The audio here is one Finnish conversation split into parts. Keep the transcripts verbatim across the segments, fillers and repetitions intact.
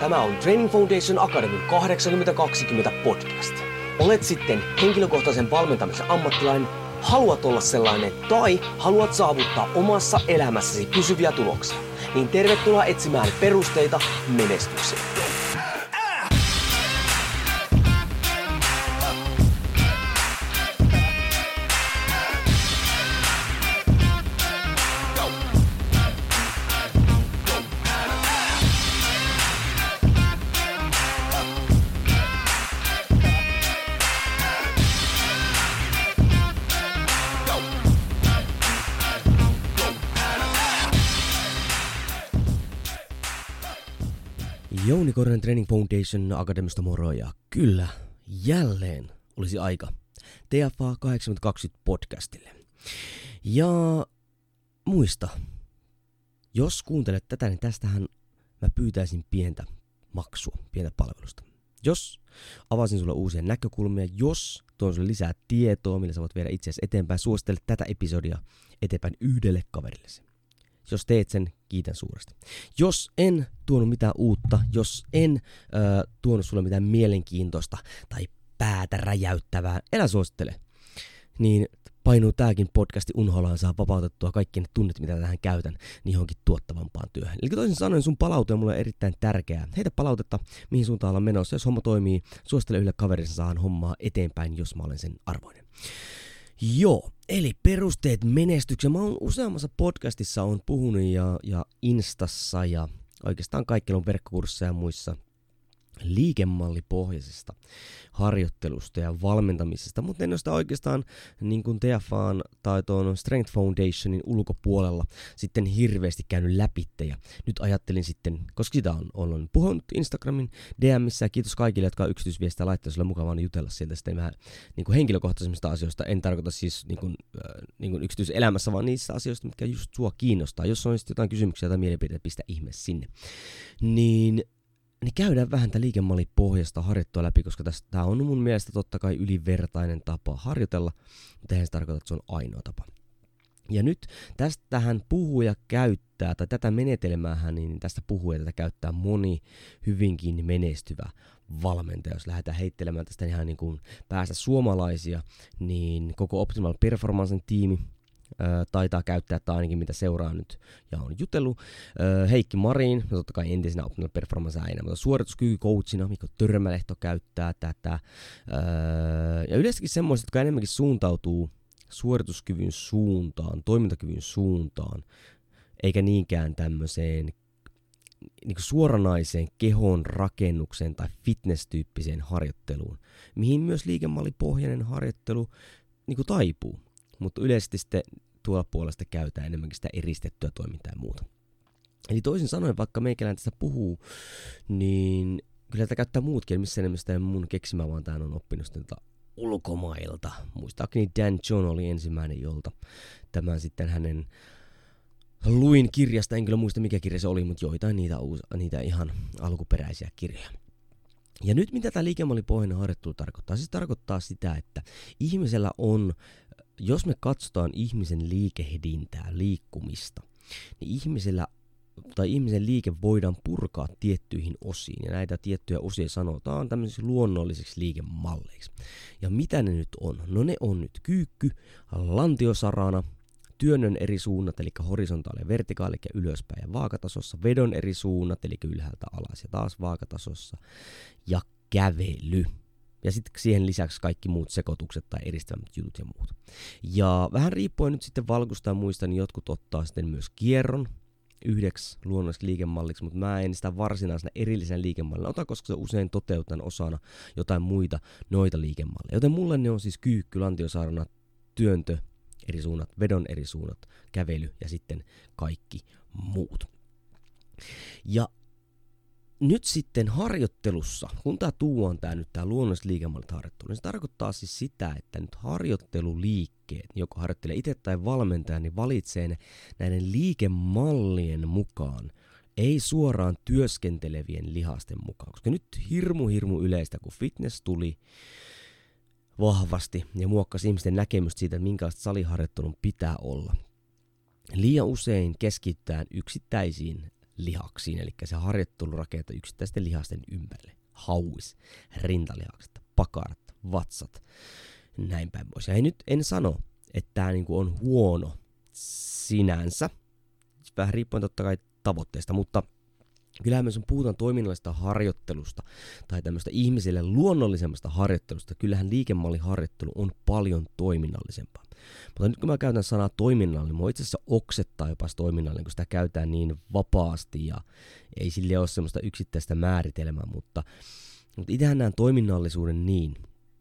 Tämä on Training Foundation Academy kahdeksankymmentä kaksikymmentä podcast. Olet sitten henkilökohtaisen valmentamisen ammattilainen, haluat olla sellainen tai haluat saavuttaa omassa elämässäsi pysyviä tuloksia, niin tervetuloa etsimään perusteita menestykseen. Jouni Korhonen Training Foundation Academista moro ja kyllä, jälleen olisi aika T F A kahdeksankymmentä kaksikymmentä podcastille. Ja muista, jos kuuntelet tätä, niin tästähän mä pyytäisin pientä maksua, pientä palvelusta. Jos avasin sulle uusia näkökulmia, jos tuon sulle lisää tietoa, millä sä voit viedä itseäsi eteenpäin, suosittele tätä episodia eteenpäin yhdelle kaverillesi. Jos teet sen, kiitän suuresti. Jos en tuonut mitään uutta, jos en ö, tuonut sulle mitään mielenkiintoista tai päätä räjäyttävää, älä suosittele. Niin painuu tääkin podcasti unholaan, saa vapautettua kaikki ne tunnet, mitä tähän käytän, niin johonkin tuottavampaan työhön. Eli toisin sanoen sun palaute on mulle erittäin tärkeää. Heitä palautetta, mihin suuntaan ollaan menossa. Jos homma toimii, suosittele yhdelle kaverille, saan hommaa eteenpäin, jos mä olen sen arvoinen. Joo, eli perusteet menestykseen. Mä oon useammassa podcastissa on puhunut ja, ja Instassa ja oikeastaan kaikilla on verkkokursseja ja muissa liikemallipohjaisesta harjoittelusta ja valmentamisesta, mutta en ole sitä oikeastaan niin kuin T F A:n tai tuon Strength Foundationin ulkopuolella sitten hirveästi käynyt läpi. Ja nyt ajattelin sitten, koska sitä on, on puhunut Instagramin D M:ssä ja kiitos kaikille, jotka on yksityisviestiä laittaa, sillä mukavaa jutella sieltä sitten vähän niin kuin henkilökohtaisemmista asioista. En tarkoita siis niin kuin, äh, niin kuin yksityiselämässä, vaan niissä asioista, mitkä just sua kiinnostaa. Jos on sitten jotain kysymyksiä tai mielipiteitä, pistä ihmeessä sinne. Niin Niin käydään vähän tätä liikemallipohjasta harjoittua läpi, koska tämä on mun mielestä totta kai ylivertainen tapa harjoitella, mutta eihän se tarkoita, että se on ainoa tapa. Ja nyt tästähän puhuu ja käyttää, tai tätä menetelmäähän, niin tästä puhuu ja tätä käyttää moni hyvinkin menestyvä valmentaja. Jos lähdetään heittelemään tästä ihan niin kuin päästä suomalaisia, niin koko Optimal Performancen tiimi Ö, taitaa käyttää, tai ainakin mitä seuraa nyt ja on jutellut. Ö, Heikki Marin, no totta kai entisenä Optimal Performance-äinä, mutta suorituskykycoachina Mikko Törmälehto käyttää tätä. Ö, ja yleensäkin semmoiset, jotka enemmänkin suuntautuu suorituskyvyn suuntaan, toimintakyvyn suuntaan, eikä niinkään tämmöiseen niin kuin suoranaiseen kehon rakennukseen tai fitness-tyyppiseen harjoitteluun, mihin myös liikemallipohjainen harjoittelu niin kuin taipuu. Mutta yleisesti sitten tuolla puolesta käytetään enemmänkin sitä eristettyä toimintaa ja muuta. Eli toisin sanoen, vaikka meikäläinen tästä puhuu, niin kyllä tätä käyttää muutkin, missä enemmän sitä mun keksimä, vaan tämän on oppinut sitten ulkomailta. Muistaakseni Dan John oli ensimmäinen, jolta tämän sitten hänen luin kirjasta, en kyllä muista mikä kirja se oli, mutta joitain niitä, niitä ihan alkuperäisiä kirjoja. Ja nyt mitä tämä liikemallipohjainen harjoittelu tarkoittaa? Siis tarkoittaa sitä, että ihmisellä on, jos me katsotaan ihmisen liikehdintää, liikkumista, niin ihmisellä tai ihmisen liike voidaan purkaa tiettyihin osiin. Ja näitä tiettyjä osia sanotaan tämmöisiksi luonnollisiksi liikemalleiksi. Ja mitä ne nyt on? No ne on nyt kyykky, lantiosarana, työnnön eri suunnat, eli horisontaali ja vertikaali, eli ylöspäin ja vaakatasossa, vedon eri suunnat, eli ylhäältä alas ja taas vaakatasossa, ja kävely. Ja sitten siihen lisäksi kaikki muut sekoitukset tai eristävämmät jutut ja muut. Ja vähän riippuen nyt sitten valkusta ja muista, niin jotkut ottaa sitten myös kierron yhdeksi luonnolliseksi liikemalliksi, mutta mä en sitä varsinaisena erillisen liikemallina ota, koska se usein toteutan osana jotain muita noita liikemalleja. Joten mulle ne on siis kyykky, lantiosaarana, työntö, eri suunnat, vedon eri suunnat, kävely ja sitten kaikki muut. Ja nyt sitten harjoittelussa, kun tää tuuaan tää nyt tää luonnolliset liikemallit harjoittelu, niin se tarkoittaa siis sitä, että nyt harjoitteluliikkeet, joko harjoittelee itse tai valmentaja, niin valitsee ne näiden liikemallien mukaan, ei suoraan työskentelevien lihasten mukaan. Koska nyt hirmu hirmu yleistä, kun fitness tuli vahvasti ja muokkasi ihmisten näkemystä siitä, että minkälaista saliharjoittelun pitää olla. Liian usein keskitytään yksittäisiin lihaksiin, eli se harjoittelu rakentaa yksittäisten lihasten ympärille. Hauis, rintalihakset, pakarat, vatsat, näin päin pois. Ja ei, nyt en sano, että tämä niinku on huono sinänsä, vähän riippuen totta kai tavoitteesta, mutta kyllähän myös puhutaan toiminnallisesta harjoittelusta tai tämmöistä ihmisille luonnollisemmasta harjoittelusta. Kyllähän liikemalliharjoittelu on paljon toiminnallisempaa. Mutta nyt kun mä käytän sanaa toiminnallinen, mua itse asiassa oksettaa jopa toiminnallinen, kun sitä käytetään niin vapaasti ja ei sille ole semmoista yksittäistä määritelmää, mutta, mutta itsehän näen toiminnallisuuden niin,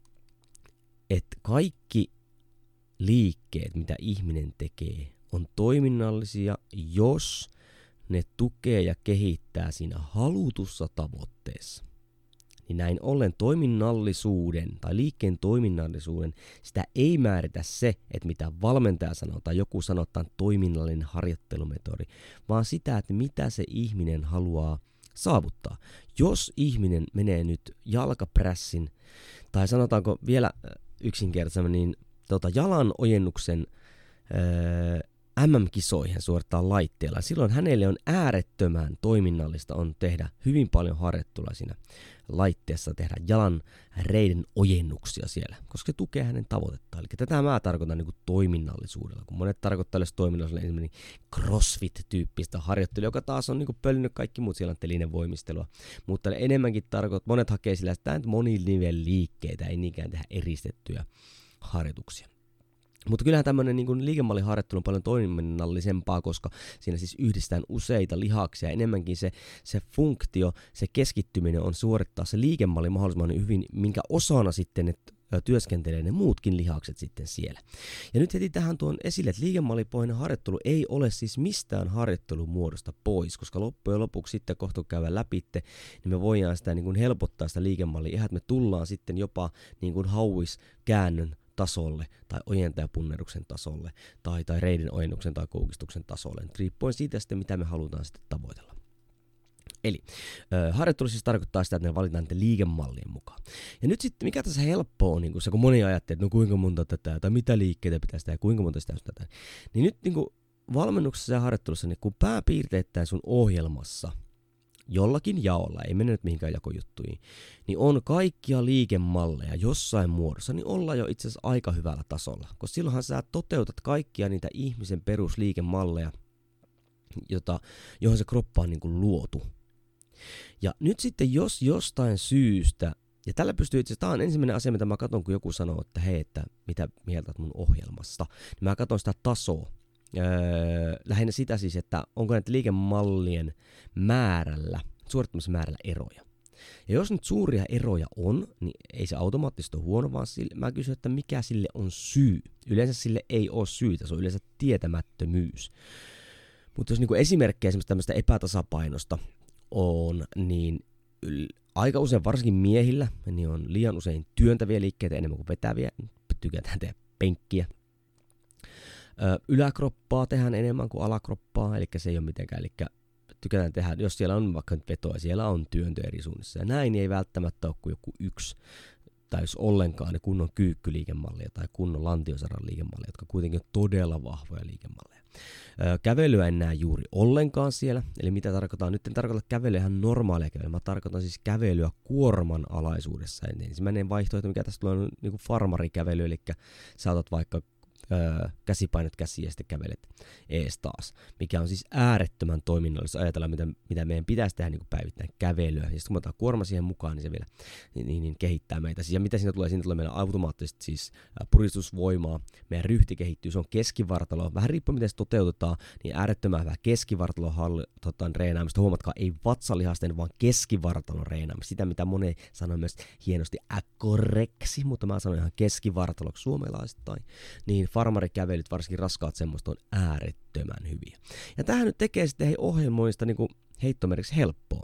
että kaikki liikkeet, mitä ihminen tekee, on toiminnallisia, jos ne tukee ja kehittää siinä halutussa tavoitteessa. Niin näin ollen toiminnallisuuden tai liikkeen toiminnallisuuden, sitä ei määritä se, että mitä valmentaja sanoo tai joku sanoo, että on toiminnallinen harjoittelumetodi, vaan sitä, että mitä se ihminen haluaa saavuttaa. Jos ihminen menee nyt jalkaprässin tai sanotaanko vielä yksinkertaisemmin, niin tota, jalan ojennuksen öö, M M-kisoihin suorittaa laitteella. Silloin hänelle on äärettömän toiminnallista on tehdä hyvin paljon harjoittelua siinä laitteessa, tehdä jalan reiden ojennuksia siellä, koska se tukee hänen tavoitettaan. Eli tätä mä tarkoitan niin kuin toiminnallisuudella, kun monet tarkoittaa myös toiminnallisuudella esimerkiksi crossfit-tyyppistä harjoittelua, joka taas on niin kuin pöllinyt kaikki muut, siellä on telinen voimistelua, mutta enemmänkin tarkoittaa, monet hakee sillä, että tämä moninivel liikkeitä, ei niinkään tehdä eristettyjä harjoituksia. Mutta kyllähän tämmöinen niin liikemalliharjoittelu on paljon toiminnallisempaa, koska siinä siis yhdistetään useita lihaksia. Enemmänkin se, se funktio, se keskittyminen on suorittaa se liikemalli mahdollisimman hyvin, minkä osana sitten ne työskentelee ne muutkin lihakset sitten siellä. Ja nyt heti tähän tuon esille, että liikemallipohjainen harjoittelu ei ole siis mistään harjoittelumuodosta pois, koska loppujen lopuksi sitten kohta käydään läpi, niin me voidaan sitä niin kuin helpottaa sitä liikemallia, ihan että me tullaan sitten jopa niin kuin hauiskäännön tasolle tai ojentajapunneruksen tasolle tai, tai reiden ojennuksen tai koukistuksen tasolle, riippuen siitä sitten, mitä me halutaan sitten tavoitella. Eli äh, harjoittelu siis tarkoittaa sitä, että me valitaan niiden liikemallien mukaan. Ja nyt sitten, mikä tässä helppoa on, niin kun se, kun moni ajattelee, että no kuinka monta tätä, tai mitä liikkeitä pitäisi tehdä, kuinka monta sitä tätä, niin nyt niin valmennuksessa ja harjoittelussa, niin kun pääpiirteittäin sun ohjelmassa, jollakin jaolla, ei mene nyt mihinkään jakojuttuihin, niin on kaikkia liikemalleja jossain muodossa, niin ollaan jo itse asiassa aika hyvällä tasolla. Koska silloinhan sä toteutat kaikkia niitä ihmisen perusliikemalleja, jota, johon se kroppa on niin kuin luotu. Ja nyt sitten jos jostain syystä, ja tällä pystyy itse asiassa, tämä on ensimmäinen asia, mitä mä katson, kun joku sanoo, että hei, että mitä mieltä mun ohjelmasta, niin mä katson sitä tasoa. Öö, lähinnä sitä siis, että onko näitä liikemallien määrällä, suorittamismäärällä eroja. Ja jos nyt suuria eroja on, niin ei se automaattisesti ole huono, vaan sille, mä kysyn, että mikä sille on syy. Yleensä sille ei ole syytä, se on yleensä tietämättömyys. Mutta jos niinku esimerkkejä esimerkiksi tämmöistä epätasapainosta on, niin yl- aika usein varsinkin miehillä, niin on liian usein työntäviä liikkeitä enemmän kuin vetäviä, tykätään tehdä penkkiä. Yläkroppaa tehdään enemmän kuin alakroppaa, eli se ei ole mitenkään, eli tykätään tehdä, jos siellä on vaikka nyt vetoa, siellä on työntö eri suunnissa, ja näin ei välttämättä ole kuin joku yksi, tai jos ollenkaan ne kunnon kyykkyliikemalleja tai kunnon lantiosaran liikemalleja, jotka kuitenkin on todella vahvoja liikemalleja. Kävelyä en näe juuri ollenkaan siellä, eli mitä tarkoitan? Nyt en tarkoita kävelyä ihan normaalia kävelyä, mä tarkoitan siis kävelyä kuorman alaisuudessa. Ensimmäinen vaihtoehto, mikä tässä tulee, on niin kuin farmarikävely, eli sä otat vaikka Öö, käsipainot käsiin ja sitten kävelet ees taas, mikä on siis äärettömän toiminnallista ajatella, mitä, mitä meidän pitäisi tehdä niin päivittäin kävelyä. Ja sitten kun me otetaan kuorma siihen mukaan, niin se vielä niin, niin, niin kehittää meitä. Siis, ja mitä siinä tulee? Siinä tulee meillä automaattisesti siis ä, puristusvoimaa, meidän ryhti kehittyy, se on keskivartalo. Vähän riippuen miten se toteutetaan, niin äärettömän hyvä keskivartalon tota, reenaamista. Huomatkaa, ei vatsalihasten, vaan keskivartalon reenaamista. Sitä, mitä moni sanoo myös hienosti äkoreksi, mutta mä sanon ihan keskivartaloksi suomalaisittain. Niin farmarikävelyt, varsinkin raskaat semmoista, on äärettömän hyviä. Ja tämähän nyt tekee sitten hei ohjelmoista niin kuin heittomerkiksi helppoa.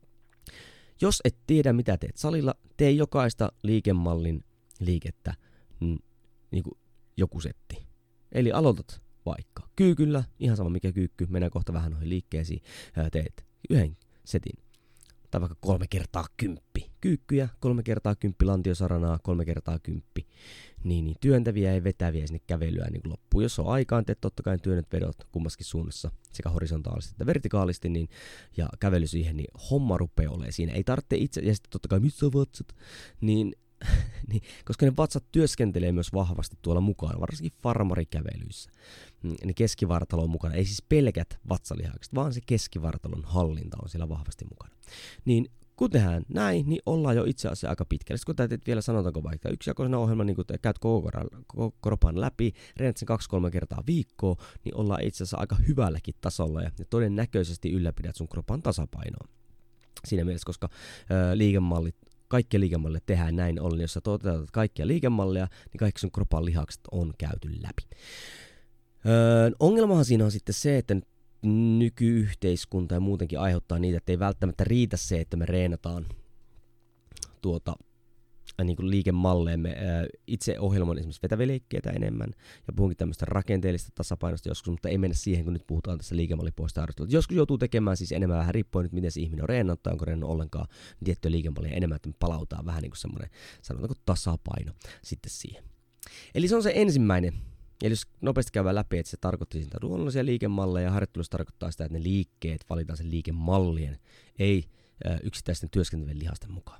Jos et tiedä mitä teet salilla, tee jokaista liikemallin liikettä mm, niin kuin joku setti. Eli aloitat vaikka kyykyllä, ihan sama mikä kyykky, mennään kohta vähän noihin liikkeisiin, teet yhden setin tai vaikka kolme kertaa kymppi. Kyykkyjä, kolme kertaa kymppi, lantiosaranaa, kolme kertaa kymppi. Niin, niin työntäviä ja vetäviä sinne kävelyä niin loppuun. Jos on aikaan, teet totta kai työnnöt vedot kummaskin suunnassa, sekä horisontaalisesti että vertikaalisti, niin, ja kävely siihen, niin homma rupeaa olemaan siinä. Ei tarvitse itse, ja sitten totta kai, missä on vatsat? Niin, niin, koska ne vatsat työskentelee myös vahvasti tuolla mukana, varsinkin farmarikävelyissä. Niin keskivartalo on mukana, ei siis pelkät vatsalihakset, vaan se keskivartalon hallinta on siellä vahvasti mukana. Niin kun tehdään näin, niin ollaan jo itse asiassa aika pitkälle. Sitten kun täytyy vielä sanotaanko vaikka yksijakoisena ohjelma, niin kun käyt koko, koko kropan läpi, reenät sen kaksi-kolme kertaa viikkoa, niin ollaan itse asiassa aika hyvälläkin tasolla ja todennäköisesti ylläpidät sun kropan tasapainoa. Siinä mielessä, koska ö, liikemallit, kaikkia liikemalleja tehdään näin ollen, jos sä toteutat kaikkia liikemalleja, niin kaikki sun kropan lihakset on käyty läpi. Öö, ongelmahan siinä on sitten se, että nykyyhteiskunta ja muutenkin aiheuttaa niitä, että ei välttämättä riitä se, että me reenataan tuota, niin kuin liikemalleemme. Öö, itse ohjelman esimerkiksi vetävileikkeitä enemmän ja puhunkin tämmöistä rakenteellista tasapainosta joskus, mutta ei mennä siihen, kun nyt puhutaan tässä liikemallipoista harjoittelusta. Joskus joutuu tekemään siis enemmän vähän riippuen nyt, miten se ihminen on reenannut tai onko reenannut ollenkaan tiettyä liikemallia enemmän, että me palautaan vähän niin kuin semmoinen, sanotaanko tasapaino sitten siihen. Eli se on se ensimmäinen. Eli jos nopeasti käydään läpi, että se tarkoitti sitä luonnollisia liikemalleja, ja harjoittelussa tarkoittaa sitä, että ne liikkeet valitaan sen liikemallien, ei ö, yksittäisten työskentelevien lihasten mukaan.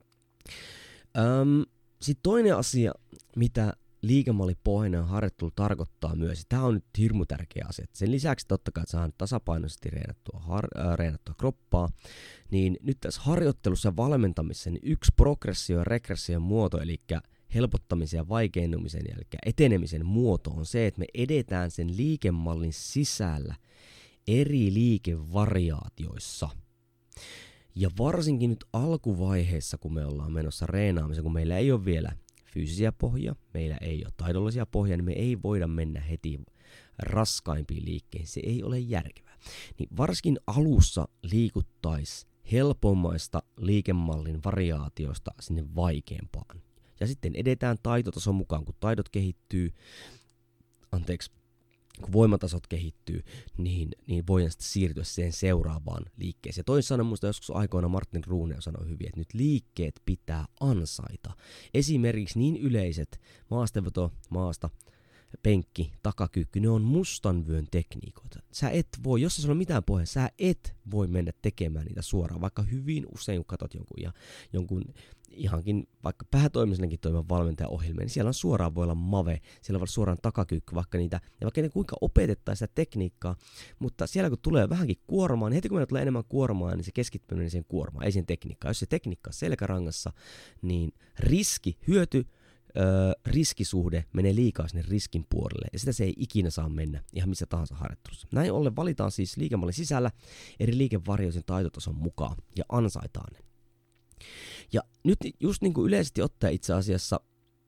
Sitten toinen asia, mitä liikemallipohjainen harjoittelu tarkoittaa myös, ja tämä on nyt hirmu tärkeä asia. Sen lisäksi totta kai, että saadaan tasapainoisesti reenattua, har- äh, reenattua kroppaa, niin nyt tässä harjoittelussa ja valmentamisessa niin yksi progressio- ja regression muoto, eli helpottamisen ja vaikeennumisen, eli etenemisen muoto on se, että me edetään sen liikemallin sisällä eri liikevariaatioissa. Ja varsinkin nyt alkuvaiheessa, kun me ollaan menossa reenaamiseen, kun meillä ei ole vielä fyysisiä pohjia, meillä ei ole taidollisia pohjia, niin me ei voida mennä heti raskaimpiin liikkeihin. Se ei ole järkevää. Niin varsinkin alussa liikuttaisiin helpommaista liikemallin variaatioista sinne vaikeampaan. Ja sitten edetään taitotason mukaan, kun taidot kehittyy, anteeksi, kun voimatasot kehittyy, niin, niin voidaan sitten siirtyä siihen seuraavaan liikkeeseen. Ja toisin sanoen muista joskus aikoina Martin Runeo sanoi hyvin, että nyt liikkeet pitää ansaita. Esimerkiksi niin yleiset maastaveto, maasta, penkki, takakyykky, ne on mustanvyön tekniikoita. Sä et voi, jos sä on mitään pohjaa, sä et voi mennä tekemään niitä suoraan, vaikka hyvin usein kun katsot jonkun, ja, jonkun ihankin vaikka päätoimisenkin toimivan valmentajan ohjelmia, niin siellä on suoraan voi olla mave, siellä on suoraan takakyykky, vaikka niitä, ja vaikka ne kuinka opetettaisiin sitä tekniikkaa, mutta siellä kun tulee vähänkin kuormaa, niin heti kun meillä tulee enemmän kuormaa, niin se keskittyminen siihen kuormaan, ei siihen tekniikkaan. Jos se tekniikka on selkärangassa, niin riski, hyöty, Öö, riskisuhde menee liikaa sinne riskin puolelle, ja sitä se ei ikinä saa mennä ihan missä tahansa harjoittelussa. Näin ollen valitaan siis liikemallin sisällä eri liikevarioisen taitotason mukaan, ja ansaitaan ne. Ja nyt just niin kuin yleisesti ottaen itse asiassa,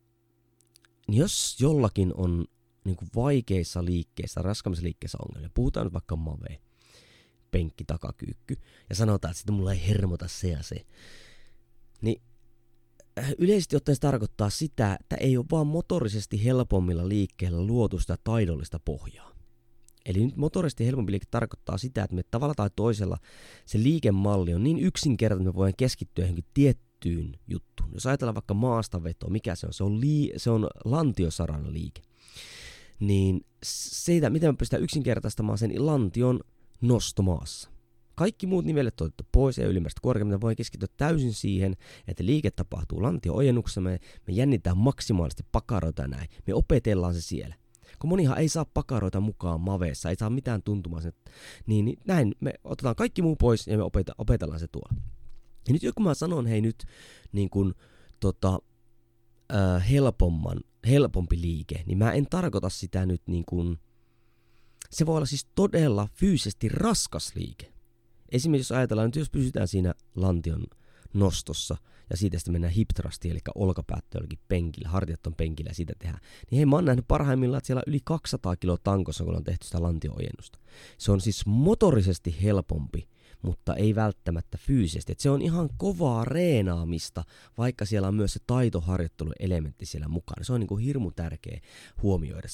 niin jos jollakin on niin kuin vaikeissa liikkeissä, raskaammissa liikkeissä ongelmia, puhutaan nyt vaikka mave, penkki, takakyykky, ja sanotaan, että sitten mulla ei hermota se ja se, niin yleisesti ottaen se tarkoittaa sitä, että ei ole vaan motorisesti helpommilla liikkeillä luotu sitä taidollista pohjaa. Eli nyt motorisesti helpompi liike tarkoittaa sitä, että me tavalla tai toisella se liikemalli on niin yksinkertainen, että me voidaan keskittyä johonkin tiettyyn juttuun. Jos ajatellaan vaikka maastaveto, mikä se on? Se on, lii, se on lantiosaran liike. Niin siitä, miten me pystytään yksinkertaistamaan sen lantion nostomaassa. Kaikki muut nivellet on otettu pois ja ylimmästä korkeammin voi keskittyä täysin siihen, että liike tapahtuu lantio-ojennuksessa, me, me jännitään maksimaalisesti pakaroita ja näin. Me opetellaan se siellä. Kun monihan ei saa pakaroita mukaan maveessa, ei saa mitään tuntumaa sen, niin, niin näin me otetaan kaikki muu pois ja me opeta, opetellaan se tuolla. Ja nyt kun mä sanon hei nyt niin kun, tota, äh, helpomman, helpompi liike, niin mä en tarkoita sitä nyt niin kuin, se voi olla siis todella fyysisesti raskas liike. Esimerkiksi jos ajatellaan, että jos pysytään siinä lantion nostossa ja siitä sitten mennään hip thrustiin, eli olkapäät jollekin penkillä, hartiat on penkillä ja sitä tehdään, niin hei mä oon nähnyt parhaimmillaan, että siellä on yli kaksisataa kiloa tankossa, kun on tehty sitä lantio-ojennusta. Se on siis motorisesti helpompi, mutta ei välttämättä fyysisesti. Et se on ihan kovaa reenaamista, vaikka siellä on myös se taitoharjoitteluelementti siellä mukana. Se on niin kuin hirmu tärkeä huomioida siellä.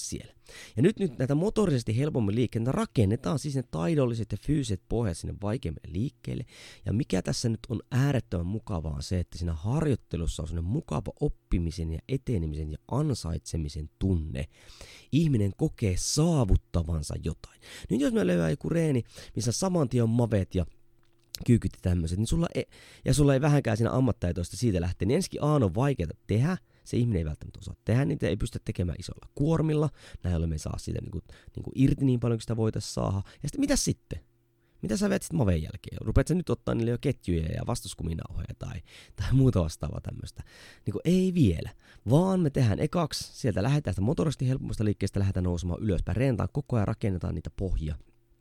Ja nyt, nyt näitä motorisesti helpommin liikkeitä rakennetaan siis ne taidolliset ja fyysiset pohjat sinne vaikeimmille liikkeelle. Ja mikä tässä nyt on äärettömän mukavaa on se, että siinä harjoittelussa on sellainen mukava oppimisen ja etenemisen ja ansaitsemisen tunne. Ihminen kokee saavuttavansa jotain. Nyt jos me löydään joku reeni, missä saman tien on mavet ja kyykyt ja tämmöiset, niin sulla ei, ja sulla ei vähänkään siinä ammattitaitoista siitä lähteä, niin ensinnäkin A on vaikeaa tehdä. Se ihminen ei välttämättä osaa tehdä, niitä ei pystytä tekemään isolla kuormilla. Näin ollen me ei saa siitä niinku, niinku irti niin paljon, kuin sitä voitaisiin saada. Ja sitten mitä sitten? Mitä sä veet sitten maveen jälkeen? Rupeat sä nyt ottaa niille jo ketjuja ja vastuskuminauhoja tai, tai muuta vastaavaa tämmöistä? Niinku ei vielä, vaan me tehdään ekaksi, sieltä lähdetään sitä motorisesti helpommasta liikkeestä, lähdetään nousemaan ylöspäin, reentaan koko ajan, rakennetaan niitä pohjia.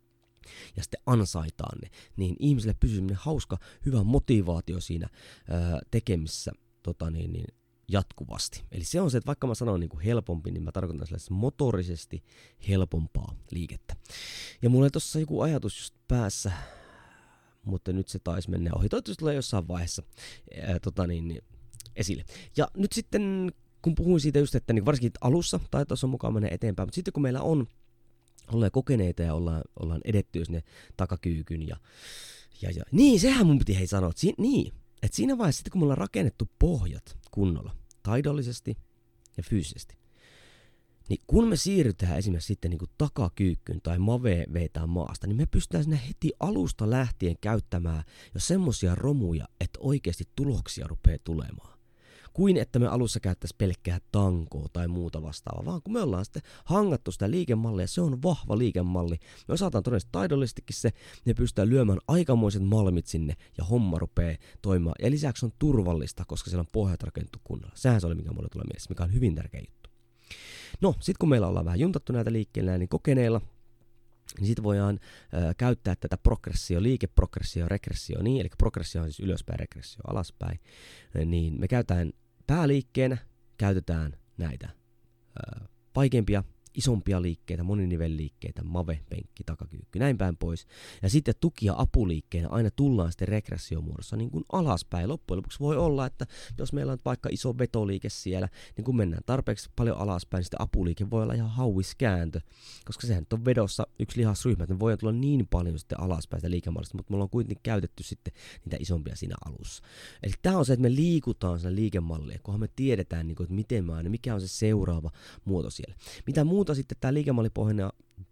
Ja sitten ansaitaan ne, niin ihmisille pysyy semmoinen hauska, hyvä motivaatio siinä ää, tekemisessä tota niin, niin, jatkuvasti. Eli se on se, että vaikka mä sanon niin kuin helpompi, niin mä tarkoitan sellaista motorisesti helpompaa liikettä. Ja mulla oli tossa joku ajatus just päässä, mutta nyt se taisi mennä ohi. Toivottavasti tulee jossain vaiheessa ää, tota niin, niin, esille. Ja nyt sitten, kun puhuin siitä just, että niin varsinkin alussa, tai tuossa on mukaan mennä eteenpäin, mutta sitten kun meillä on ollaan kokeneita ja ollaan, ollaan edetty sinne takakyykyn ja, ja, ja niin, sehän mun piti hei sanoa, että si, niin, että siinä vaiheessa sitten kun me ollaan rakennettu pohjat kunnolla, taidollisesti ja fyysisesti, niin kun me siirrytään esimerkiksi sitten niin kuin takakyykkyyn tai mave vetää maasta, niin me pystytään sinne heti alusta lähtien käyttämään jo semmosia romuja, että oikeasti tuloksia rupeaa tulemaan. Kuin että me alussa käyttäisiin pelkkää tankoa tai muuta vastaavaa, vaan kun me ollaan sitten hangattu sitä liikemallia, se on vahva liikemalli, me osataan todennäköisesti taidollisestikin se, me pystytään lyömään aikamoiset malmit sinne ja homma rupeaa toimimaan. Ja lisäksi on turvallista, koska siellä on pohjat rakennettu kunnolla. Sehän se oli, mikä mulle tulee mielessä, mikä on hyvin tärkeä juttu. No, sit kun meillä ollaan vähän juntattu näitä liikkeellä, niin kokeneilla, niin sitten voidaan ö, käyttää tätä progressio, liikeprogressio, regressio, niin, eli progressio on siis ylöspäin, regressio alaspäin, niin me käytetään pääliikkeenä, käytetään näitä ö, vaikeampia, isompia liikkeitä, moninivelliikkeitä, mave, penkki, takakyykky, näin päin pois. Ja sitten tuki- ja apuliikkeenä aina tullaan sitten regressiomuodossa niin kuin alaspäin. Loppujen lopuksi voi olla, että jos meillä on vaikka iso vetoliike siellä, niin kun mennään tarpeeksi paljon alaspäin, niin sitten apuliike voi olla ihan hauiskääntö, koska sehän on vedossa yksi lihasryhmä, että me voidaan tulla niin paljon sitten alaspäin sitä liikemallista, mutta me ollaan kuitenkin käytetty sitten niitä isompia siinä alussa. Eli tämä on se, että me liikutaan siinä liikemallia, kunhan me tiedetään, niin kuin, että miten mä aina, mikä on se seuraava muoto siellä. Mitä muuta sitten tämä liikemallipohjainen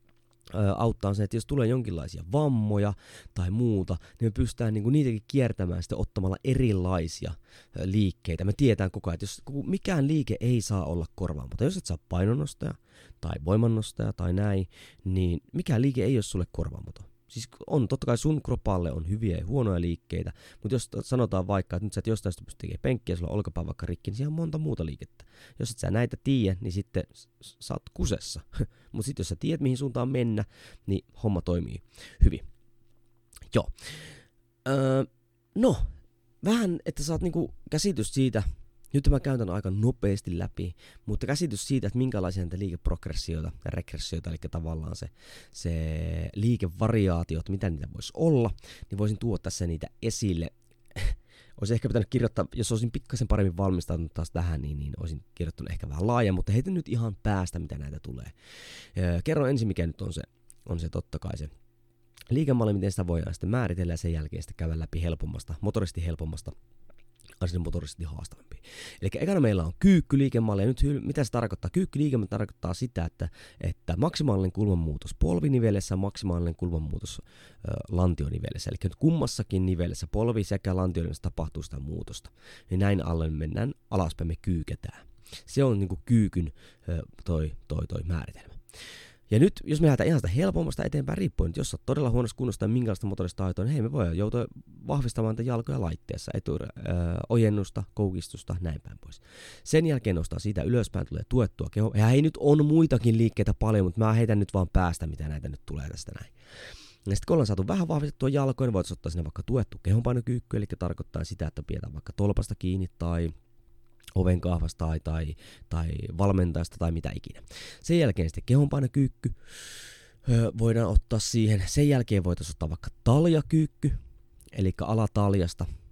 auttaa se, että jos tulee jonkinlaisia vammoja tai muuta, niin me pystytään niinku niitäkin kiertämään sitten ottamalla erilaisia liikkeitä. Me tiedetään koko ajan, että jos mikään liike ei saa olla korvaamaton. Jos et saa painonnostaja tai voimannostaja tai näin, niin mikään liike ei ole sulle korvaamaton. Siis on, totta kai sun kropalle on hyviä ja huonoja liikkeitä, mutta jos sanotaan vaikka, että nyt sä et jostain sitä pystyt tekemään penkkiä, sulla on olkapää vaikka rikki, niin siellä on monta muuta liikettä. Jos et sä näitä tiedä, niin sitten sä oot kusessa. Mutta sitten jos sä tiedät, mihin suuntaan mennä, niin homma toimii hyvin. Joo. Öö, no, vähän, että saat niinku käsitys siitä. Nyt mä käytän aika nopeasti läpi, mutta käsitys siitä, että minkälaisia näitä liikeprogressioita ja regressioita, eli tavallaan se, se liikevariaatiot, mitä niitä voisi olla, niin voisin tuoda tässä niitä esille. Olisi ehkä pitänyt kirjoittaa, jos olisin pikkasen paremmin valmistautunut taas tähän, niin, niin olisin kirjoittanut ehkä vähän laaja, mutta heitän nyt ihan päästä, mitä näitä tulee. Kerron ensin, mikä nyt on se, on se totta kai se liikemalli, miten sitä voidaan sitten määritellä ja sen jälkeen sitten käydä läpi helpommasta, motorisesti helpommasta, aina motorisesti haastavampi. Eli ekana meillä on kyykkyliikemalli, ja nyt mitä se tarkoittaa? Kyykkyliikemalli tarkoittaa sitä, että, että maksimaalinen kulmanmuutos polvinivelessä ja maksimaalinen kulmanmuutos ö, lantionivelessä. Eli nyt kummassakin nivelessä, polvi sekä lantionivelessä tapahtuu sitä muutosta. Ja näin alle mennään alaspäin, me kyyketään. Se on niin kuin kyykyn ö, toi, toi, toi määritelmä. Ja nyt, jos me lähdetään ihan sitä helpommasta eteenpäin riippuen, jos olet todella huonossa kunnossa tai minkälaista motorista taitoa, niin hei, me voidaan joutua vahvistamaan tätä jalkoja laitteessa, etu, ö, ojennusta, koukistusta, näin päin pois. Sen jälkeen nostaa siitä ylöspäin, tulee tuettua keho. Ja hei, nyt on muitakin liikkeitä paljon, mutta mä heitän nyt vaan päästä, mitä näitä nyt tulee tästä näin. Ja sitten kun ollaan saatu vähän vahvistettua jalkoja, niin voitaisiin ottaa sinne vaikka tuettu kehonpainokyykky, eli tarkoittaa sitä, että pidetään vaikka tolpasta kiinni tai oven kahvasta tai, tai, tai valmentajasta tai mitä ikinä. Sen jälkeen sitten kehonpainokyykky öö, voidaan ottaa siihen. Sen jälkeen voitaisiin ottaa vaikka taljakyykky, eli alataljasta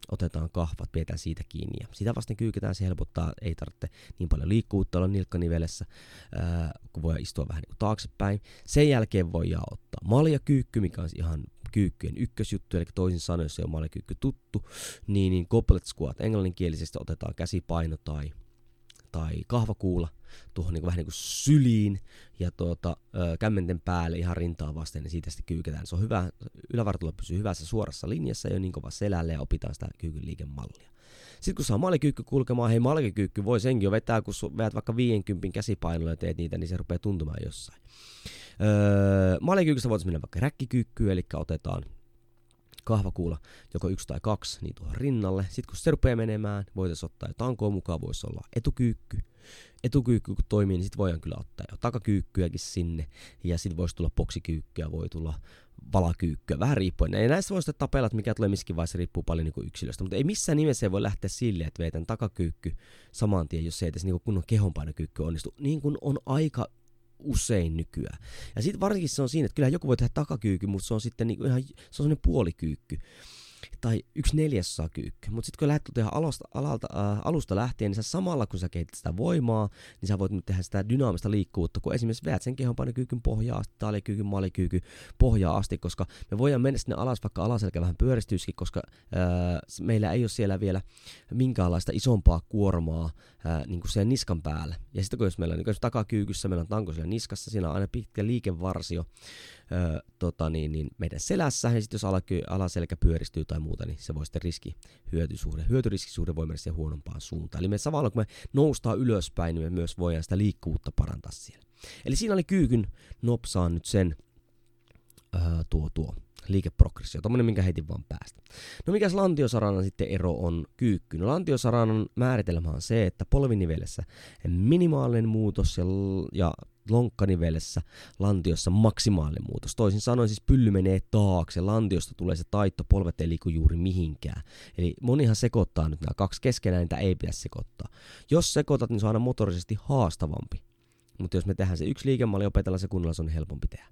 otetaan kahvat, pidetään siitä kiinni ja sitä vasten kyyketään, se helpottaa, ei tarvitse niin paljon liikkuvuutta olla nilkkanivelessä, ää, kun voi istua vähän niin kuin taaksepäin. Sen jälkeen voidaan ottaa maljakyykky, mikä on ihan kyykkyjen ykkösjuttu, eli toisin sanoen, jos ei ole maljakyykky tuttu, niin, niin goblet squat englanninkielisesti otetaan käsipaino tai, tai kahvakuula tuohon niin kuin, vähän niin kuin syliin ja tuota, ö, kämmenten päälle ihan rintaa vasten, niin siitä sitten kyyketään. Se on hyvä, ylävartalo pysyy hyvässä suorassa linjassa, ei ole niin kova selälle ja opitaan sitä kyykyn liikemallia. Sitten kun saa maljakyykky kulkemaan, hei maljakyykky voi senkin jo vetää, kun veät vaikka viidenkympin käsipainolla ja teet niitä, niin se rupeaa tuntumaan jossain. Öö, maljakyykystä voitaisiin mennä vaikka räkkikyykkyyn, eli otetaan kahvakuula, joko yksi tai kaksi, niin tuohon rinnalle. Sitten kun se rupeaa menemään, voitaisiin ottaa jo tankoon mukaan, voisi olla etukyykky. Etukyykky kun toimii, niin sitten voidaan kyllä ottaa jo takakyykkyäkin sinne. Ja sitten voisi tulla boksikyykkyä, voi tulla valakyykkyä, vähän riippuen. Ja näistä voi sitten tapella, että mikä tulee missäkin vaiheessa, riippuu paljon niin kuin yksilöstä. Mutta ei missään nimessä ei voi lähteä silleen, että veetän takakyykky saman tien, jos se ei edes niin kunnon kehonpainokyykky onnistu. Niin kuin on aika usein nykyään. Ja sitten varsinkin se on siinä, että kyllähän joku voi tehdä takakyykky, mutta se on sitten niinku ihan, se on sellainen puolikyykky. Tai yksi neljäsosa kyykky. Mutta sitten kun lähdet tehdä alusta, alalta, äh, alusta lähtien, niin sä samalla kun sä kehität sitä voimaa, niin sä voit nyt tehdä sitä dynaamista liikkuvuutta, kun esimerkiksi veät sen kehonpainokyykyn pohjaa asti, taalikyykyn, maalikyykyn pohjaa asti, koska me voidaan mennä sinne alas, vaikka alaselkä vähän pyöristyisikin, koska äh, meillä ei ole siellä vielä minkäänlaista isompaa kuormaa äh, niin kuin siellä niskan päällä. Ja sitten kun jos meillä on niin takakyykyssä, meillä on tanko siellä niskassa, siinä on aina pitkä liikevarsio, Öö, tota niin, niin meidän selässä, ja sitten jos alaky, alaselkä pyöristyy tai muuta, niin se voi sitten riski, hyötysuhde, hyötyriskisuhde voi mennä siihen huonompaan suuntaan. Eli me samalla kun me noustaan ylöspäin, niin me myös voidaan sitä liikkuvuutta parantaa siellä. Eli siinä oli kyykyn nopsaan nyt sen öö, tuo tuo liikeprogressio, tommonen minkä heitin vaan päästä. No mikäs lantiosaranan sitten ero on kyykkyyn? No lantiosaranan määritelmä on se, että polvinivelessä minimaalinen muutos ja, ja lonkkanivelessä lantiossa maksimaalinen muutos. Toisin sanoen siis pylly menee taakse, lantiosta tulee se taitto, polvet ei liiku juuri mihinkään. Eli monihan sekoittaa nyt nämä kaksi keskenään, niitä ei pidä sekoittaa. Jos sekoitat, niin se on aina motorisesti haastavampi. Mutta jos me tehdään se yksi liikemalli ja opetellaan se kunnolla, se on helpompi tehdä.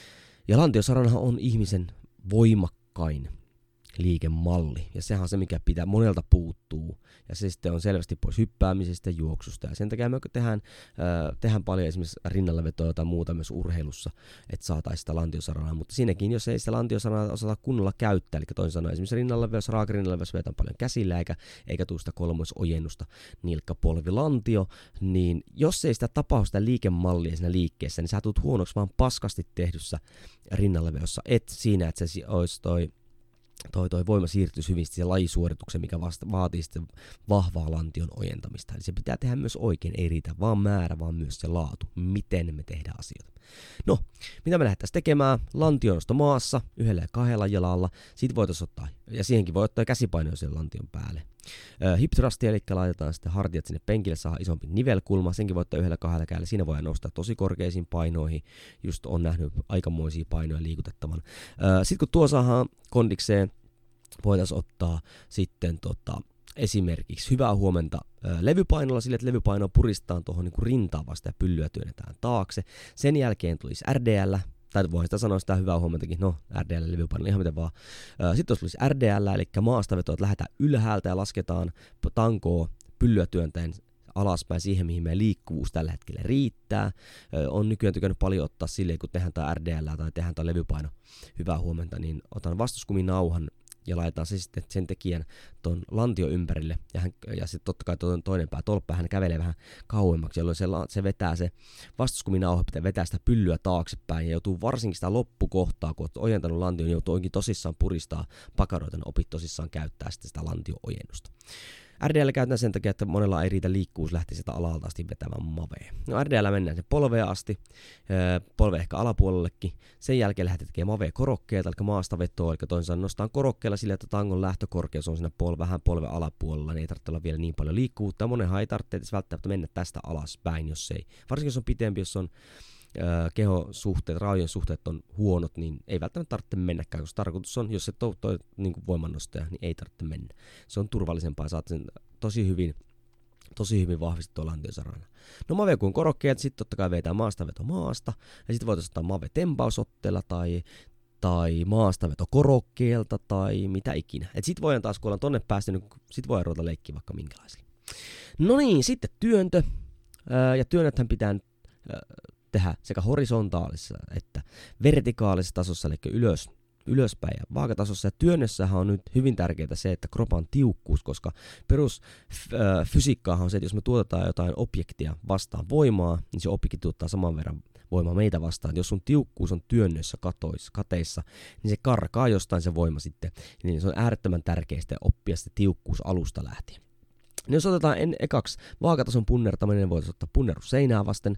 Ja lantiosaranahan on ihmisen voimakkain liikemalli. Ja sehän on se, mikä pitää monelta puuttuu. Ja se sitten on selvästi pois hyppäämisestä ja juoksusta. Ja sen takia me tehdään, äh, tehdään paljon esimerkiksi rinnallavetoa tai muuta myös urheilussa, että saataisiin sitä lantiosaranaa. Mutta siinäkin, jos ei sitä lantiosaranaa osata kunnolla käyttää, eli toisin sanoen esimerkiksi rinnallavedossa, raakarinnallaviossa vetään paljon käsillä, eikä, eikä tule sitä kolmoisojennusta nilkka, polvi, lantio, niin jos ei sitä tapahdu sitä liikemallia siinä liikkeessä, niin sä tulet huonoksi vaan paskasti tehdyssä rinnallavedossa. Et siinä, että se olisi toi Toi, toi voima siirtyisi hyvin siihen lajisuoritukseen, mikä vasta, vaatii sitten vahvaa lantion ojentamista. Eli se pitää tehdä myös oikein, ei riitä vaan määrä, vaan myös se laatu, miten me tehdään asioita. No, mitä me lähdettäisiin tekemään? Lantionosto maassa, yhdellä ja kahdella jalalla. Sitten voitaisiin ottaa, ja siihenkin voi ottaa käsipainoja sen lantion päälle. Äh, hip thrusti, eli laitetaan sitten hartiat sinne penkille, saa isompi nivelkulma, senkin voi ottaa yhdellä kahdella kädellä. Siinä voidaan nostaa tosi korkeisiin painoihin, just on nähnyt aikamoisia painoja liikutettavan. Äh, sitten kun tuo saadaan kondikseen, voitaisiin ottaa sitten tota, esimerkiksi hyvää huomenta ö, levypainolla sille, että levypainoa puristaan tuohon niin rintaan vasta ja pyllyä työnnetään taakse. Sen jälkeen tulisi R D L, tai voi sitä sanoa sitä hyvää huomentakin, no R D L levypainolla ihan miten vaan. Ö, sitten tulisi R D L, eli maastavetoa, että lähdetään ylhäältä ja lasketaan tankoa pyllyä työntäen alaspäin siihen, mihin meidän liikkuvuus tällä hetkellä riittää. Ö, on nykyään tykännyt paljon ottaa silleen, kun tehdään tämä R D L tai tehdään tämä levypaino hyvää huomenta, niin otan vastuskuminauhan ja laitetaan se sitten sen tekijän ton lantio ympärille, ja, hän, ja sitten totta kai toinen pää tolppaa, hän kävelee vähän kauemmaksi, jolloin se, se vetää se vastuskuminauha, pitää vetää sitä pyllyä taaksepäin, ja joutuu varsinkin sitä loppukohtaa, kun olet ojentanut lantion, joutuu oikein tosissaan puristaa pakaroita, niin opit tosissaan käyttää sitten sitä lantio-ojennusta. R D L käytetään sen takia, että monella ei riitä liikkuvuus lähteä sieltä alalta asti vetämään mavea. No R D L mennään sen polvea asti, polve ehkä alapuolellekin. Sen jälkeen lähdetään tekemään mavea korokkeelta, eli maasta vetoa, eli toisin sanoen nostaan korokkeella sillä, että tangon lähtökorkeus on siinä pol- vähän polven alapuolella, niin ei tarvitse olla vielä niin paljon liikkuvuutta. Monenhan ei tarvitse edes välttämättä mennä tästä alaspäin, jos ei. Varsinkin jos on pitempi, jos on kehosuhteet, raajojen suhteet on huonot, niin ei välttämättä tarvitse mennäkään, koska tarkoitus on, jos se toi, toi niin voimannostaja, niin ei tarvitse mennä. Se on turvallisempaa, saat sen tosi hyvin, tosi hyvin vahvistettua lantiosarana. No mave kuin korokkeet, sitten totta kai vetää maastaveto maasta, ja sitten voitaisiin ottaa mave tempausotteella tai tai maastaveto korokkeelta tai mitä ikinä. Et sit voidaan taas, kun ollaan tonne päästynyt, sit voidaan ruveta leikkiä vaikka minkälaisilla. No niin, sitten työntö. Öö, ja työnnöthän pitää öö, tehdä sekä horisontaalisessa että vertikaalisessa tasossa, eli ylös, ylöspäin ja vaakatasossa. Ja työnnössähän on nyt hyvin tärkeää se, että kropan tiukkuus, koska perusfysiikkaahan on se, että jos me tuotetaan jotain objektia vastaan voimaa, niin se objekti tuottaa saman verran voimaa meitä vastaan. Jos sun tiukkuus on työnnössä katoissa, kateissa, niin se karkaa jostain se voima sitten. Niin se on äärettömän tärkeää oppia se tiukkuus alusta lähtien. No jos otetaan en, ekaksi vaakatason punnertaminen, niin voitaisiin ottaa punnerus seinää vasten,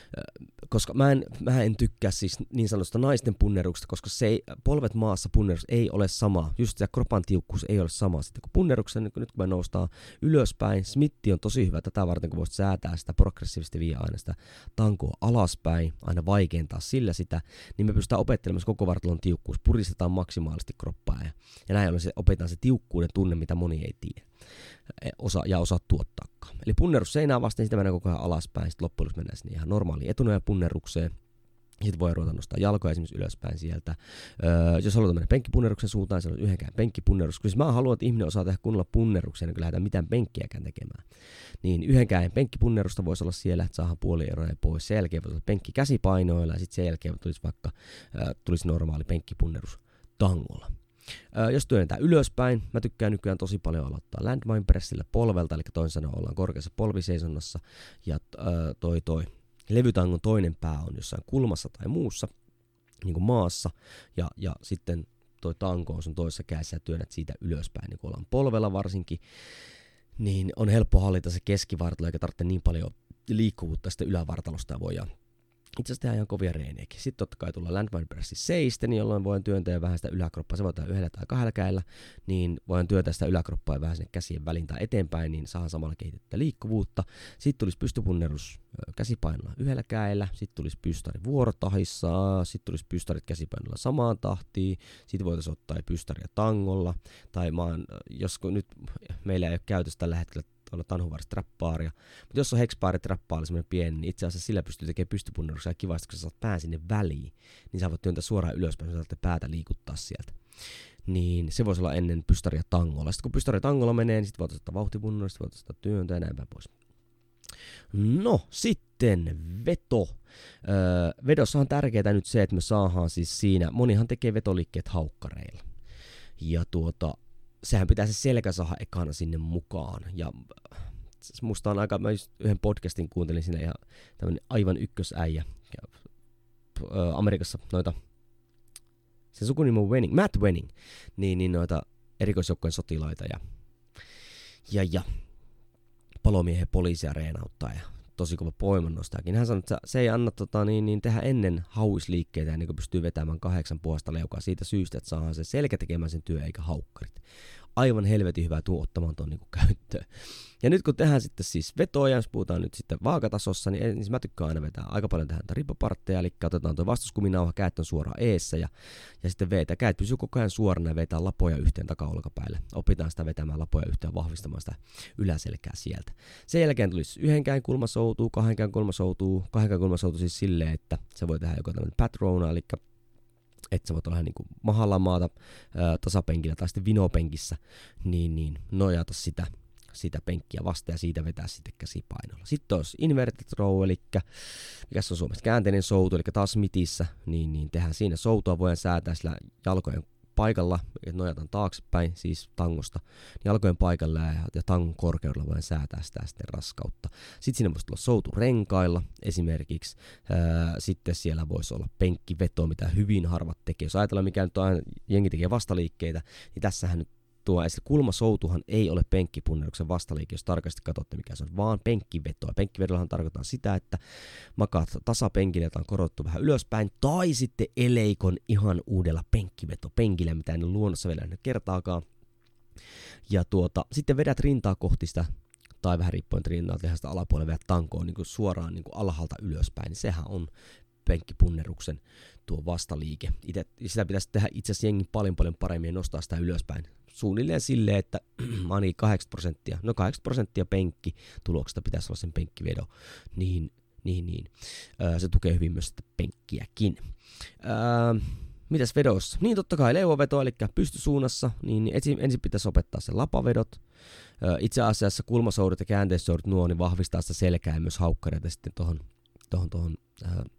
koska mä en, mä en tykkää siis niin sanotusta naisten punneruksesta, koska se ei, polvet maassa punnerus ei ole sama, just se kropan tiukkuus ei ole sama sitten kuin punneruksen, niin kun nyt kun me noustaan ylöspäin, Smithi on tosi hyvä tätä varten, kun voisit säätää sitä progressiivisesti vie aina sitä tankoa alaspäin, aina vaikeintaa sillä sitä, niin me pystytään opettelemaan koko vartalon tiukkuus, puristetaan maksimaalisesti kroppaa ja, ja näin ollen se, opetetaan se tiukkuuden tunne, mitä moni ei tiedä. Osa, ja osaa tuottaakaan. Eli punnerus seinää vasten, sitä mennään koko ajan alaspäin, sitten loppujen lopuksi mennään sinne ihan normaaliin etunojan punnerukseen. Sitten voi ruveta nostaa jalkoja esimerkiksi ylöspäin sieltä. Öö, jos halutaan mennä penkkipunneruksen suuntaan, se on yhdenkään penkkipunnerus. Kun mä haluan, että ihminen osaa tehdä kunnolla punneruksia, niin kun lähdetään mitään penkkiäkään tekemään. Niin yhdenkään penkkipunnerusta voisi olla siellä, että saadaan puolieroja pois. Sen jälkeen voisi olla penkki käsipainoilla ja sitten sen jälkeen tulisi vaikka öö, tulisi normaali penkkipunnerus tangolla. Öö, jos työnnetään ylöspäin, mä tykkään nykyään tosi paljon aloittaa landmine pressillä polvelta, eli toisin sanoen ollaan korkeassa polviseisonnassa, ja öö, toi toi levytangon toinen pää on jossain kulmassa tai muussa, niin kuin maassa, ja, ja sitten toi tanko on sun toisessa kädessä ja työnnät siitä ylöspäin, niin kun ollaan polvella varsinkin, niin on helppo hallita se keskivartalo, eikä tarvitse niin paljon liikkuvuutta sitten ylävartalosta ja voidaan itse asiassa tehdään ihan kovia reenejäkin. Sitten totta kai tullaan landmine pressin seisten, jolloin voin työntää vähän sitä yläkroppaa. Se voi tehdä yhdellä tai kahdella kädellä, niin voin työntää sitä yläkroppaa ja vähän sinne käsien väliin tai eteenpäin, niin saadaan samalla kehitettä liikkuvuutta. Sitten tulisi pystypunnerus käsipainolla yhdellä kädellä, sitten tulisi pystari vuorotahissa, sitten tulisi pystarit käsipainolla samaan tahtiin, sitten voitaisiin ottaa pystaria tangolla, tai maan, jos nyt meillä ei ole käytössä tällä hetkellä olla tanhuvarstrapparia. Mutta jos on hexpaari-trappaali semmoinen pieni, niin itse asiassa sillä pystyy tekemään pystypunneruksia kivasti, kun sä saat pään sinne väliin, niin sä voit työntää suoraan ylöspäin, sä saat päätä liikuttaa sieltä. Niin se voisi olla ennen pystaria tangolla. Sitten kun pystaria tangolla menee, niin sitten voitaisiin ottaa vauhtipunnerus, sitten voitaisiin ottaa työntää ja näin päin pois. No, sitten veto. Öö, vedossa on tärkeää nyt se, että me saadaan siis siinä, monihan tekee vetoliikkeet haukkareilla. Ja tuota, sehän pitää se selkä saada ekana sinne mukaan. Ja musta on aika, mä just yhden podcastin kuuntelin siinä ihan tämmönen aivan ykkösäijä. Ja, ö, Amerikassa noita, se sukunimi on Wenning, Matt Wenning, niin, niin noita erikoisjoukkojen sotilaita ja, ja, ja palomiehen poliisia reenauttaa ja tosi kova poimannostaakin. Hän sanoi, että se ei anna tota, niin, niin tehdä ennen hauisliikkeitä ennen kuin pystyy vetämään kahdeksan puolesta leukaa siitä syystä, että saadaan se selkä tekemään sen työ eikä haukkarit. Aivan helvetin hyvä tuo ottamaan tuon niin käyttöön. Ja nyt kun tehdään sitten siis vetoja, jos puhutaan nyt sitten vaakatasossa, niin, niin mä tykkään aina vetää aika paljon tähän rippapartteja, eli otetaan tuo vastuskuminauha, käät on suoraan eessä ja, ja sitten veetää. Käät pysyy koko ajan suorana ja vetää lapoja yhteen takaolkapäille. Opitaan sitä vetämään lapoja yhteen vahvistamaan sitä yläselkää sieltä. Sen jälkeen tulisi yhden käyn kulma soutuu, kahden käyn kulma soutuu, kahden käyn kulma soutuu siis silleen, että se voi tehdä joko tämmöinen patrona, eli että sä voit olla niin kuin mahalla maata ää, tasapenkillä tai sitten vinopenkissä, niin, niin nojata sitä, sitä penkkiä vasta ja siitä vetää sitten käsipainolla. Sitten olisi inverted row, eli mikä se on suomessa käänteinen soutu, eli taas Smithissä, niin, niin tehdään siinä soutua, voidaan säätää sillä jalkojen paikalla, että nojataan taaksepäin, siis tangosta, niin jalkojen paikalla ja, ja tangon korkeudella voidaan säätää sitä sitten raskautta. Sitten siinä voisi tulla soutu renkailla esimerkiksi, ää, sitten siellä voisi olla penkkiveto, mitä hyvin harvat tekee. Jos ajatellaan, mikä nyt on aina, jengi tekee vastaliikkeitä, niin tässähän nyt tuo esille. Kulmasoutuhan ei ole penkkipunneruksen vastaliike, jos tarkasti katsotte mikä se on, vaan penkkivetoa. Penkkivedollahan tarkoittaa sitä, että makaat tasapenkillä, jota on korotettu vähän ylöspäin, tai sitten eleikon ihan uudella penkkiveto-penkillä, mitä en ole luonnossa vielä nähnyt kertaakaan. Ja tuota, sitten vedät rintaa kohti sitä, tai vähän riippuen rintaa tehdä sitä alapuolella vedät tankoon niin kuin suoraan niin kuin alhaalta ylöspäin, niin sehän on penkkipunneruksen tuo vastaliike. Ite, sitä pitäisi tehdä itse asiassa jengi paljon paljon paremmin ja nostaa sitä ylöspäin. Suunnilleen silleen, että ainakin kahdeksankymmentä prosenttia, no kahdeksankymmentä prosenttia penkki tuloksesta pitäisi olla sen penkkivedo, niin, niin, niin. Öö, se tukee hyvin myös sitä penkkiäkin. Öö, Mitäs vedossa? Niin totta kai leuaveto, eli pystysuunnassa, niin ensin, ensin pitäisi opettaa se lapavedot. Itse asiassa kulmasoudut ja käänteissoudut nuo, niin vahvistaa sitä selkää ja myös haukkareita sitten tuohon tohon, tohon, äh, äh,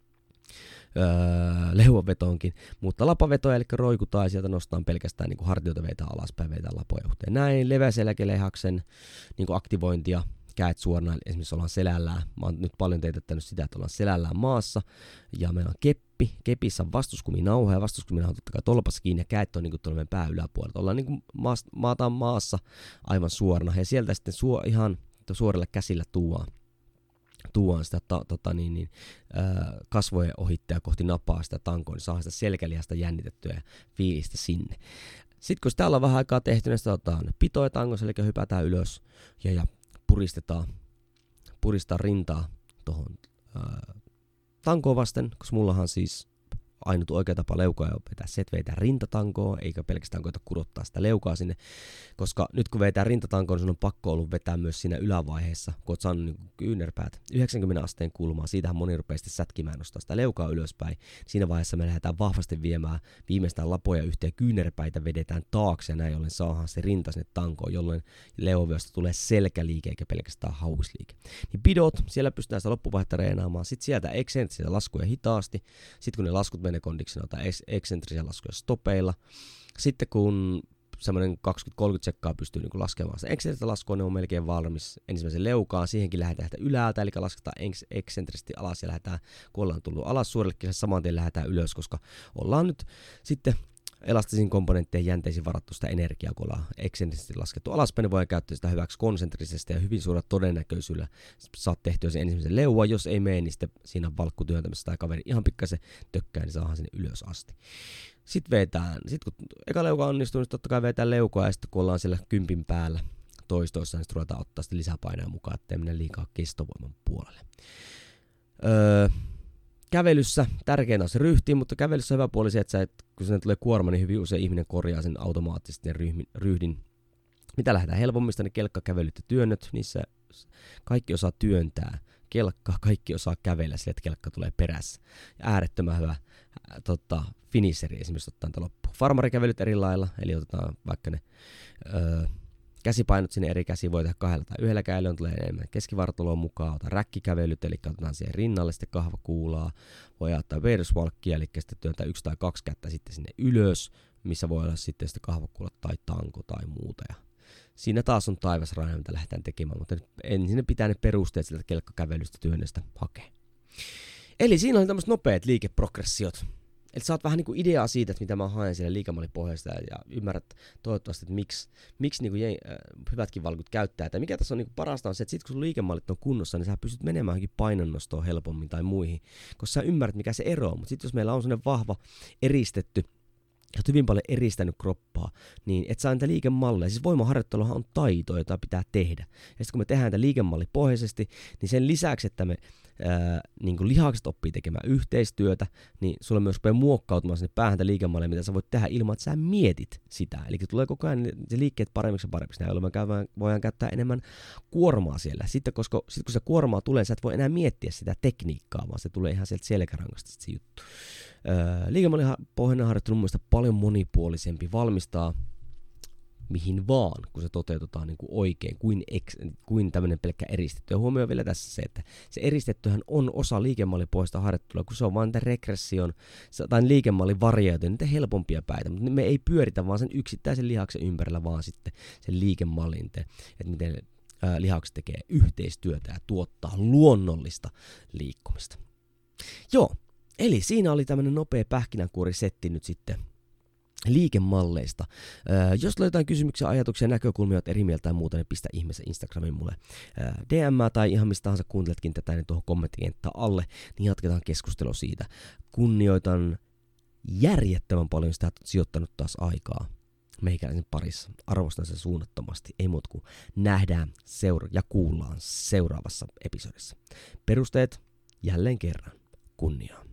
leuavetoonkin. Mutta lapavetoja, eli roikutaan ja sieltä nostetaan pelkästään niin kuin hartioita veitään alaspäin, veitään lapoja yhteen. Näin leväselkälihaksen niin kuin aktivointia. Käet suorana, esimerkiksi ollaan selällään. Mä oon nyt paljon teetettänyt sitä, että ollaan selällään maassa. Ja meillä on keppi. Kepissä on vastuskuminauha ja vastuskuminauha on totta kai tolpassa kiinni. Ja käet on niin kuin tuolla meidän pää yläpuolella. Ollaan niin kuin maasta, maataan maassa aivan suorana. Ja sieltä sitten suo, ihan suorilla käsillä tuodaan, tuodaan sitä ta, tota niin, niin, äh, kasvojen ohittajaa kohti napaa sitä tankoa. Niin saa sitä selkälihasta jännitettyä ja fiilistä sinne. Sitten kun sitä ollaan vähän aikaa tehty, niin sitä otetaan pitoja tangossa, eli hypätään ylös. Ja, ja puristetaan, puristaa rintaa tuohon tankoon vasten, koska mullahan siis ainut oikea tapa leukaa on vetää se, että vetää rintatankoa, eikä pelkästään koeta kurottaa sitä leukaa sinne, koska nyt kun vetää rintatankoa, niin sun on pakko ollut vetää myös siinä ylävaiheessa, kun oot saanut niin kyynärpäät yhdeksänkymmentä asteen kulmaa, siitähän moni rupeaa sitten sätkimään nostaa sitä leukaa ylöspäin. Siinä vaiheessa me lähdetään vahvasti viemään viimeistään lapoja yhteen, kyynärpäitä vedetään taakse ja näin ollen saadaan se rinta sinne tankoon, jolloin leuaviosta tulee selkäliike eikä pelkästään hauisliike. Niin pidot, siellä pystytään sitä loppuvaihetta reenaamaan, sitten sieltä eksentrisiä laskuja hitaasti, sitten kun ne laskut menee kondiksena, otetaan eksentrisiä laskuja stopeilla. Sitten kun semmoinen kaksikymmentä kolmekymmentä sekkaa pystyy niin laskemaan sitä eksentristä laskua, ne on melkein valmis ensimmäisen leukaan. Siihenkin lähdetään ylhäältä, eli lasketaan eksentrisesti alas ja lähdetään, kun ollaan tullut alas suorillekin, saman tien lähdetään ylös, koska ollaan nyt sitten elastisiin komponentteihin jänteisiin varattu sitä energiaa, kun ollaan eksentrisesti laskettu alaspäin, niin voidaan käyttää sitä hyväksi konsentrisesti ja hyvin suurella todennäköisyydellä saat tehtyä sen ensimmäisen leuan. Jos ei mene, niin sitten siinä valkkutyöntämisessä tai kaveri ihan pikkasen tökkää, niin saadaan sinne ylös asti. Sitten vetään, sitten kun eka leuka onnistuu, niin totta kai vetään leukoa ja sitten kun ollaan siellä kympin päällä toistoissa, niin sitten ruvetaan ottaa sitten lisäpainoja mukaan, ettei mennä liikaa kestovoiman puolelle. Öö, Kävelyssä tärkeintä on se ryhti, mutta kävelyssä on hyvä puoli se, että sä et, kun sinne tulee kuorma, niin hyvin usein ihminen korjaa sen automaattisesti ryhmin, ryhdin. Mitä lähdetään helpommista, niin kelkkakävelyt ja työnnöt, niissä kaikki osaa työntää kelkkaa, kaikki osaa kävellä sille, että kelkka tulee perässä. Ja äärettömän hyvä ää, tota, finisheri esimerkiksi ottaa tätä loppuun. Farmarikävelyt eri lailla, eli otetaan vaikka ne öö, käsipainot sinne eri käsiin, voi tehdä kahdella tai yhdellä kädellä, tulee enemmän keskivartaloon mukaan, otetaan räkkikävelyt, eli otetaan siihen rinnalle sitten kahvakuulaa, voi ottaa verswalkia, eli sitten työntää yksi tai kaksi kättä sitten sinne ylös, missä voi olla sitten sitä kahvakuulat tai tanko tai muuta. Ja siinä taas on taivasraja, mitä lähdetään tekemään, mutta ensin pitää ne perusteet sieltä kelkkakävelystä työnnöstä hakea. Eli siinä on tämmöiset nopeat liikeprogressiot. Eli saat vähän niinku ideaa siitä, että mitä mä haen siellä liikemallipohjasta ja ymmärrät toivottavasti, että miksi, miksi niinku jeng, äh, hyvätkin valkut käyttää. Tai mikä tässä on niinku parasta on se, että sit kun sun liikemallit on kunnossa, niin sä pystyt menemään johonkin painonnostoon helpommin tai muihin, koska sä ymmärrät, mikä se ero on. Mutta sitten jos meillä on sellainen vahva, eristetty, ja oot hyvin paljon eristänyt kroppaa, niin et saa niitä liikemalleja. Siis voimaharjoitteluhan on taito, jota pitää tehdä. Ja sitten kun me tehdään tätä liikemallipohjaisesti, niin sen lisäksi, että me ää, niin kuin lihakset oppii tekemään yhteistyötä, niin sulla myös rupeaa muokkautumaan sinne päähän tätä liikemalleja, mitä sä voit tehdä ilman, että sä mietit sitä. Eli tulee koko ajan se liikkeet paremmiksi ja paremmiksi. Näin ollen me voidaan käyttää enemmän kuormaa siellä. Sitten koska, sit kun se kuormaa tulee, sä et voi enää miettiä sitä tekniikkaa, vaan se tulee ihan sieltä selkärangasta se juttu. Öö, liikemallipohjainen harjoittelu on mun mielestä paljon monipuolisempi, valmistaa mihin vaan, kun se toteutetaan niin kuin oikein, kuin, ex, kuin tämmöinen pelkkä eristetty. Ja huomioon vielä tässä se, että se eristettyhän on osa liikemallipohjaista harjoittelua, kun se on vain niitä regression tai liikemallin varioita, niitä helpompia päitä, mutta me ei pyöritä vaan sen yksittäisen lihaksen ympärillä, vaan sitten sen liikemallin, että miten ää, lihakset tekee yhteistyötä ja tuottaa luonnollista liikkumista. Joo. Eli siinä oli tämmönen nopea pähkinänkuorisetti nyt sitten liikemalleista. Öö, jos tulee jotain kysymyksiä, ajatuksia, näkökulmia, olet eri mieltä tai muuta, niin pistä ihmeessä Instagramin mulle öö, D M tai ihan mistä tahansa kuunteletkin tätä, niin tuohon kommenttikenttään alle, niin jatketaan keskustelua siitä. Kunnioitan järjettömän paljon sitä, että olet sijoittanut taas aikaa meikäläisen parissa. Arvostan sen suunnattomasti. Ei muuta kuin nähdään seura- ja kuullaan seuraavassa episodissa. Perusteet jälleen kerran. Kunniaa.